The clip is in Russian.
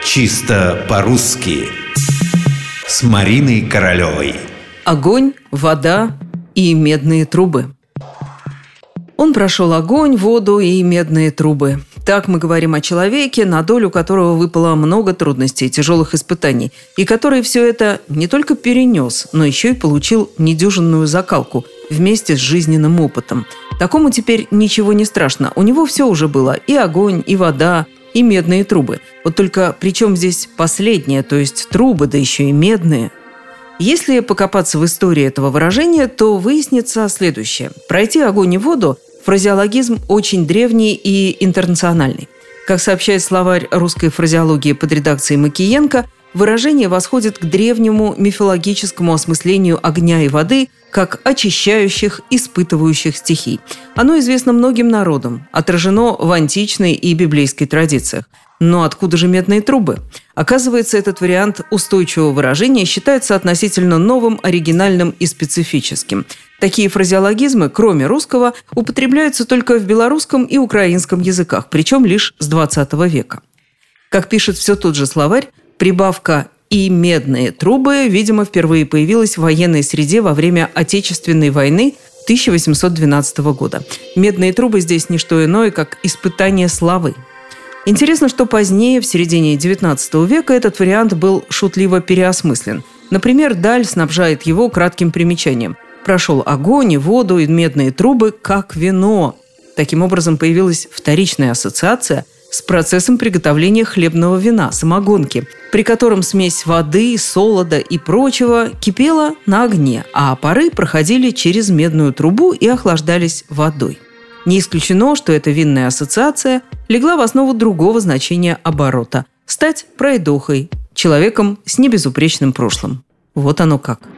Чисто по-русски с Мариной Королевой. Огонь, вода и медные трубы. Он прошел огонь, воду и медные трубы. Так мы говорим о человеке, на долю которого выпало много трудностей, тяжелых испытаний, и который все это не только перенес, но еще и получил недюжинную закалку вместе с жизненным опытом. Такому теперь ничего не страшно. У него все уже было: и огонь, и вода, и медные трубы. Вот только при чем здесь последнее, то есть трубы, да еще и медные? Если покопаться в истории этого выражения, то выяснится следующее. Пройти огонь и воду – фразеологизм очень древний и интернациональный. Как сообщает словарь русской фразеологии под редакцией Макиенко, выражение восходит к древнему мифологическому осмыслению огня и воды как очищающих, испытывающих стихий. Оно известно многим народам, отражено в античной и библейской традициях. Но откуда же медные трубы? Оказывается, этот вариант устойчивого выражения считается относительно новым, оригинальным и специфическим. Такие фразеологизмы, кроме русского, употребляются только в белорусском и украинском языках, причем лишь с XX века. Как пишет все тот же словарь, прибавка «и медные трубы», видимо, впервые появилась в военной среде во время Отечественной войны 1812 года. Медные трубы здесь не что иное, как испытание славы. Интересно, что позднее, в середине XIX века, этот вариант был шутливо переосмыслен. Например, Даль снабжает его кратким примечанием: «Прошел огонь и воду и медные трубы, как вино». Таким образом, появилась вторичная ассоциация с процессом приготовления хлебного вина, самогонки, при котором смесь воды, солода и прочего кипела на огне, а пары проходили через медную трубу и охлаждались водой. Не исключено, что эта винная ассоциация легла в основу другого значения оборота – стать пройдохой, человеком с небезупречным прошлым. Вот оно как.